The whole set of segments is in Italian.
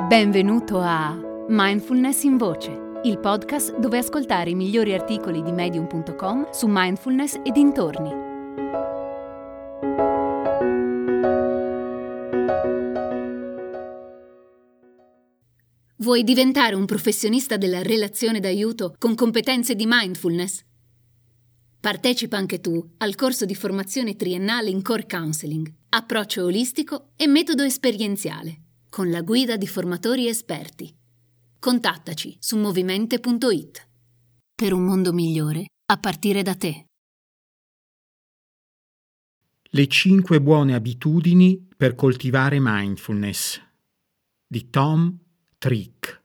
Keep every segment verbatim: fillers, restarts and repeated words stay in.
Benvenuto a Mindfulness in Voce, il podcast dove ascoltare i migliori articoli di medium punto com su mindfulness e dintorni. Vuoi diventare un professionista della relazione d'aiuto con competenze di mindfulness? Partecipa anche tu al corso di formazione triennale in Core Counseling, approccio olistico e metodo esperienziale, con la guida di formatori esperti. Contattaci su movimente punto it. Per un mondo migliore a partire da te. Le cinque buone abitudini per coltivare mindfulness di Tom Trick.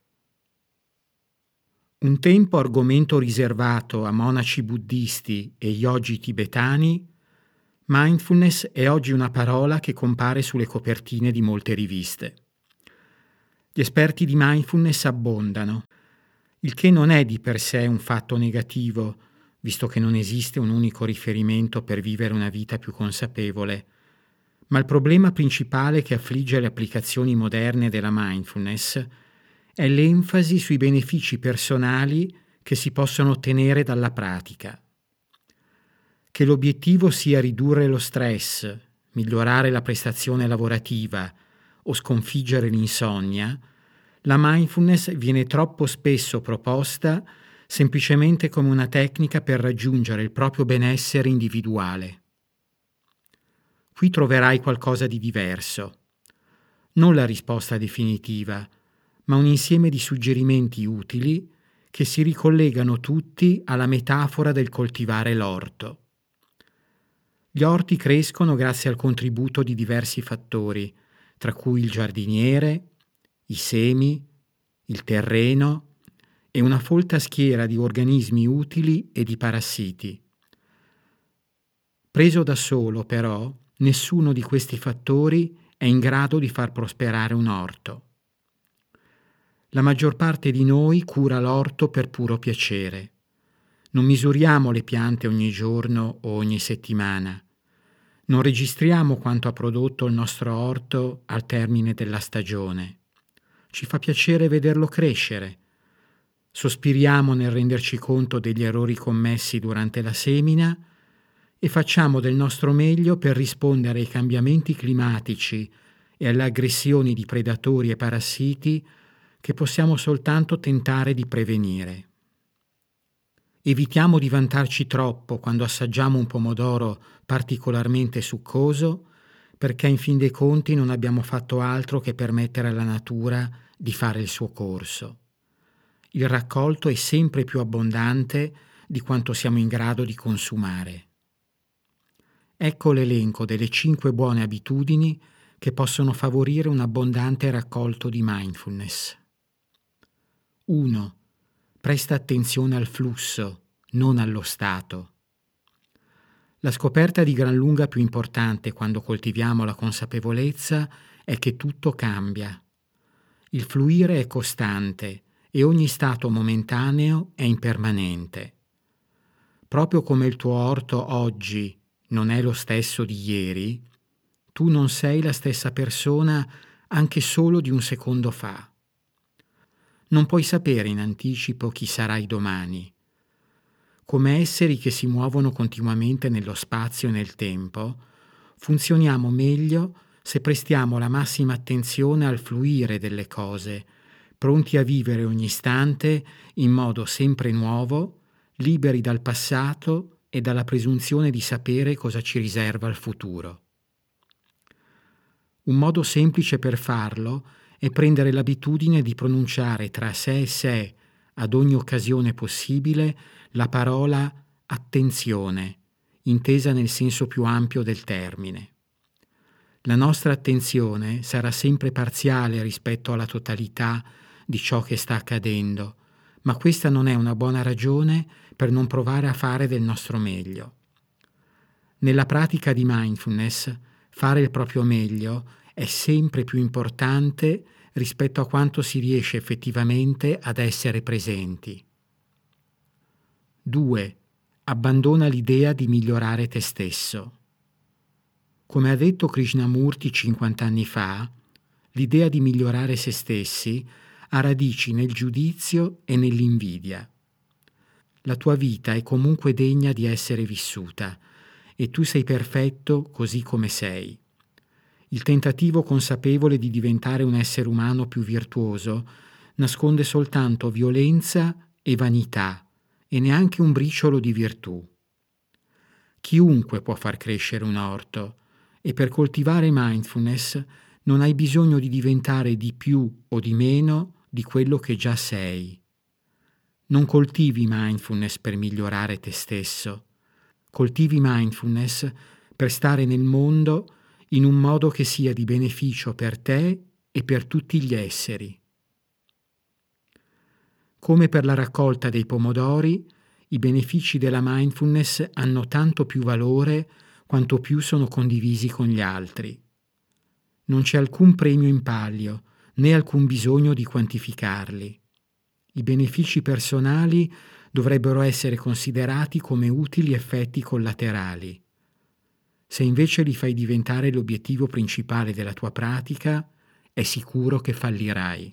Un tempo argomento riservato a monaci buddisti e yogi tibetani, mindfulness è oggi una parola che compare sulle copertine di molte riviste. Gli esperti di mindfulness abbondano, il che non è di per sé un fatto negativo, visto che non esiste un unico riferimento per vivere una vita più consapevole, ma il problema principale che affligge le applicazioni moderne della mindfulness è l'enfasi sui benefici personali che si possono ottenere dalla pratica. Che l'obiettivo sia ridurre lo stress, migliorare la prestazione lavorativa o sconfiggere l'insonnia, la mindfulness viene troppo spesso proposta semplicemente come una tecnica per raggiungere il proprio benessere individuale. Qui troverai qualcosa di diverso. Non la risposta definitiva, ma un insieme di suggerimenti utili che si ricollegano tutti alla metafora del coltivare l'orto. Gli orti crescono grazie al contributo di diversi fattori, tra cui il giardiniere, i semi, il terreno e una folta schiera di organismi utili e di parassiti. Preso da solo, però, nessuno di questi fattori è in grado di far prosperare un orto. La maggior parte di noi cura l'orto per puro piacere. Non misuriamo le piante ogni giorno o ogni settimana. Non registriamo quanto ha prodotto il nostro orto al termine della stagione. Ci fa piacere vederlo crescere. Sospiriamo nel renderci conto degli errori commessi durante la semina e facciamo del nostro meglio per rispondere ai cambiamenti climatici e alle aggressioni di predatori e parassiti che possiamo soltanto tentare di prevenire. Evitiamo di vantarci troppo quando assaggiamo un pomodoro particolarmente succoso, perché in fin dei conti non abbiamo fatto altro che permettere alla natura di fare il suo corso. Il raccolto è sempre più abbondante di quanto siamo in grado di consumare. Ecco l'elenco delle cinque buone abitudini che possono favorire un abbondante raccolto di mindfulness. uno. Presta attenzione al flusso, non allo stato. La scoperta di gran lunga più importante quando coltiviamo la consapevolezza è che tutto cambia. Il fluire è costante e ogni stato momentaneo è impermanente. Proprio come il tuo orto oggi non è lo stesso di ieri, tu non sei la stessa persona anche solo di un secondo fa. Non puoi sapere in anticipo chi sarai domani. Come esseri che si muovono continuamente nello spazio e nel tempo, funzioniamo meglio se prestiamo la massima attenzione al fluire delle cose, pronti a vivere ogni istante in modo sempre nuovo, liberi dal passato e dalla presunzione di sapere cosa ci riserva il futuro. Un modo semplice per farlo è prendere l'abitudine di pronunciare tra sé e sé, ad ogni occasione possibile, la parola attenzione, intesa nel senso più ampio del termine. La nostra attenzione sarà sempre parziale rispetto alla totalità di ciò che sta accadendo, ma questa non è una buona ragione per non provare a fare del nostro meglio. Nella pratica di mindfulness, fare il proprio meglio è sempre più importante rispetto a quanto si riesce effettivamente ad essere presenti. due. Abbandona l'idea di migliorare te stesso. Come ha detto Krishnamurti cinquanta anni fa, l'idea di migliorare se stessi ha radici nel giudizio e nell'invidia. La tua vita è comunque degna di essere vissuta e tu sei perfetto così come sei. Il tentativo consapevole di diventare un essere umano più virtuoso nasconde soltanto violenza e vanità e neanche un briciolo di virtù. Chiunque può far crescere un orto e per coltivare mindfulness non hai bisogno di diventare di più o di meno di quello che già sei. Non coltivi mindfulness per migliorare te stesso. Coltivi mindfulness per stare nel mondo in un modo che sia di beneficio per te e per tutti gli esseri. Come per la raccolta dei pomodori, i benefici della mindfulness hanno tanto più valore quanto più sono condivisi con gli altri. Non c'è alcun premio in palio, né alcun bisogno di quantificarli. I benefici personali dovrebbero essere considerati come utili effetti collaterali. Se invece li fai diventare l'obiettivo principale della tua pratica, è sicuro che fallirai.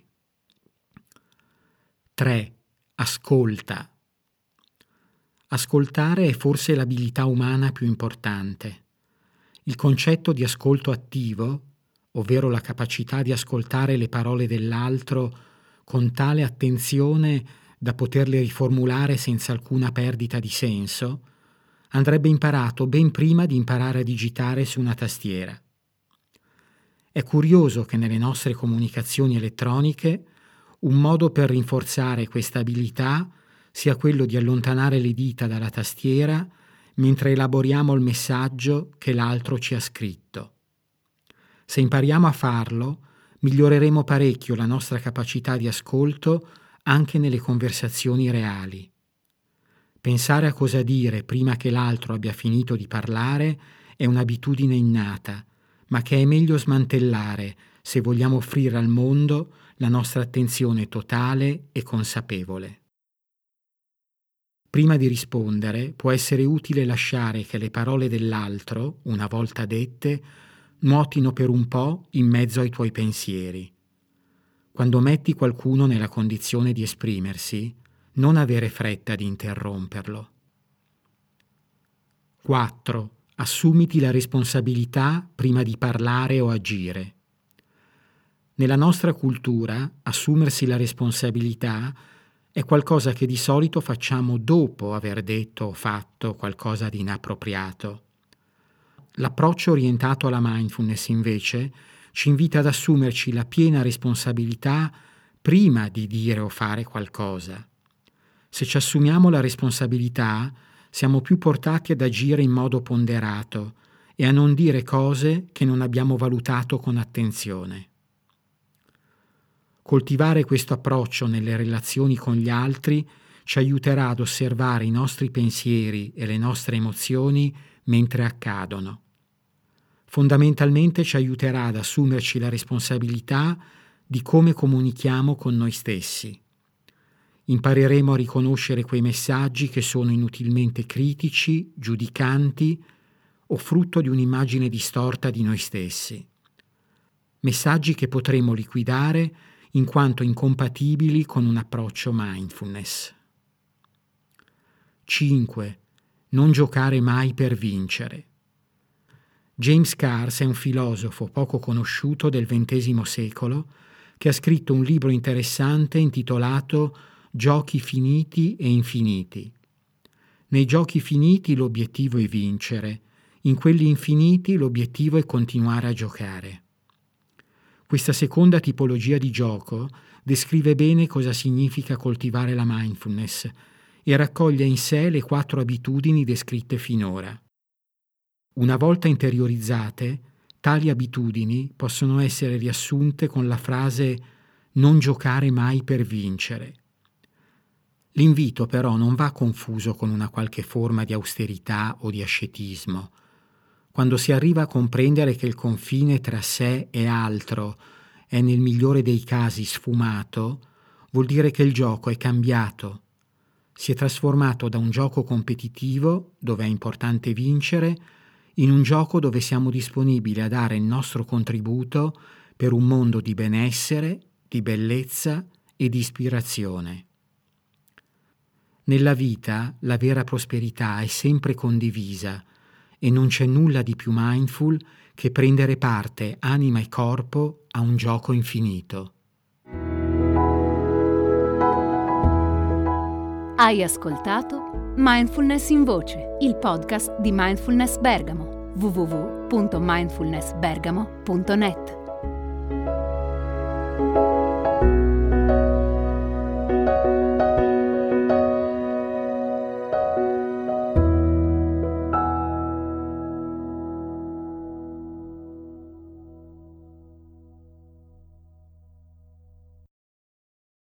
tre. Ascolta. Ascoltare è forse l'abilità umana più importante. Il concetto di ascolto attivo, ovvero la capacità di ascoltare le parole dell'altro con tale attenzione da poterle riformulare senza alcuna perdita di senso, andrebbe imparato ben prima di imparare a digitare su una tastiera. È curioso che nelle nostre comunicazioni elettroniche un modo per rinforzare questa abilità sia quello di allontanare le dita dalla tastiera mentre elaboriamo il messaggio che l'altro ci ha scritto. Se impariamo a farlo, miglioreremo parecchio la nostra capacità di ascolto anche nelle conversazioni reali. Pensare a cosa dire prima che l'altro abbia finito di parlare è un'abitudine innata, ma che è meglio smantellare se vogliamo offrire al mondo la nostra attenzione totale e consapevole. Prima di rispondere, può essere utile lasciare che le parole dell'altro, una volta dette, nuotino per un po' in mezzo ai tuoi pensieri. Quando metti qualcuno nella condizione di esprimersi, non avere fretta di interromperlo. quattro. Assumiti la responsabilità prima di parlare o agire. Nella nostra cultura, assumersi la responsabilità è qualcosa che di solito facciamo dopo aver detto o fatto qualcosa di inappropriato. L'approccio orientato alla mindfulness, invece, ci invita ad assumerci la piena responsabilità prima di dire o fare qualcosa. Se ci assumiamo la responsabilità, siamo più portati ad agire in modo ponderato e a non dire cose che non abbiamo valutato con attenzione. Coltivare questo approccio nelle relazioni con gli altri ci aiuterà ad osservare i nostri pensieri e le nostre emozioni mentre accadono. Fondamentalmente ci aiuterà ad assumerci la responsabilità di come comunichiamo con noi stessi. Impareremo a riconoscere quei messaggi che sono inutilmente critici, giudicanti o frutto di un'immagine distorta di noi stessi. Messaggi che potremo liquidare in quanto incompatibili con un approccio mindfulness. cinque. Non giocare mai per vincere. James Carse è un filosofo poco conosciuto del ventesimo secolo che ha scritto un libro interessante intitolato Giochi finiti e infiniti. Nei giochi finiti l'obiettivo è vincere, in quelli infiniti l'obiettivo è continuare a giocare. Questa seconda tipologia di gioco descrive bene cosa significa coltivare la mindfulness e raccoglie in sé le quattro abitudini descritte finora. Una volta interiorizzate, tali abitudini possono essere riassunte con la frase «non giocare mai per vincere». L'invito però non va confuso con una qualche forma di austerità o di ascetismo. Quando si arriva a comprendere che il confine tra sé e altro è nel migliore dei casi sfumato, vuol dire che il gioco è cambiato. Si è trasformato da un gioco competitivo, dove è importante vincere, in un gioco dove siamo disponibili a dare il nostro contributo per un mondo di benessere, di bellezza e di ispirazione. Nella vita la vera prosperità è sempre condivisa e non c'è nulla di più mindful che prendere parte, anima e corpo, a un gioco infinito. Hai ascoltato Mindfulness in Voce, il podcast di Mindfulness Bergamo, w w w punto mindfulness bergamo punto net.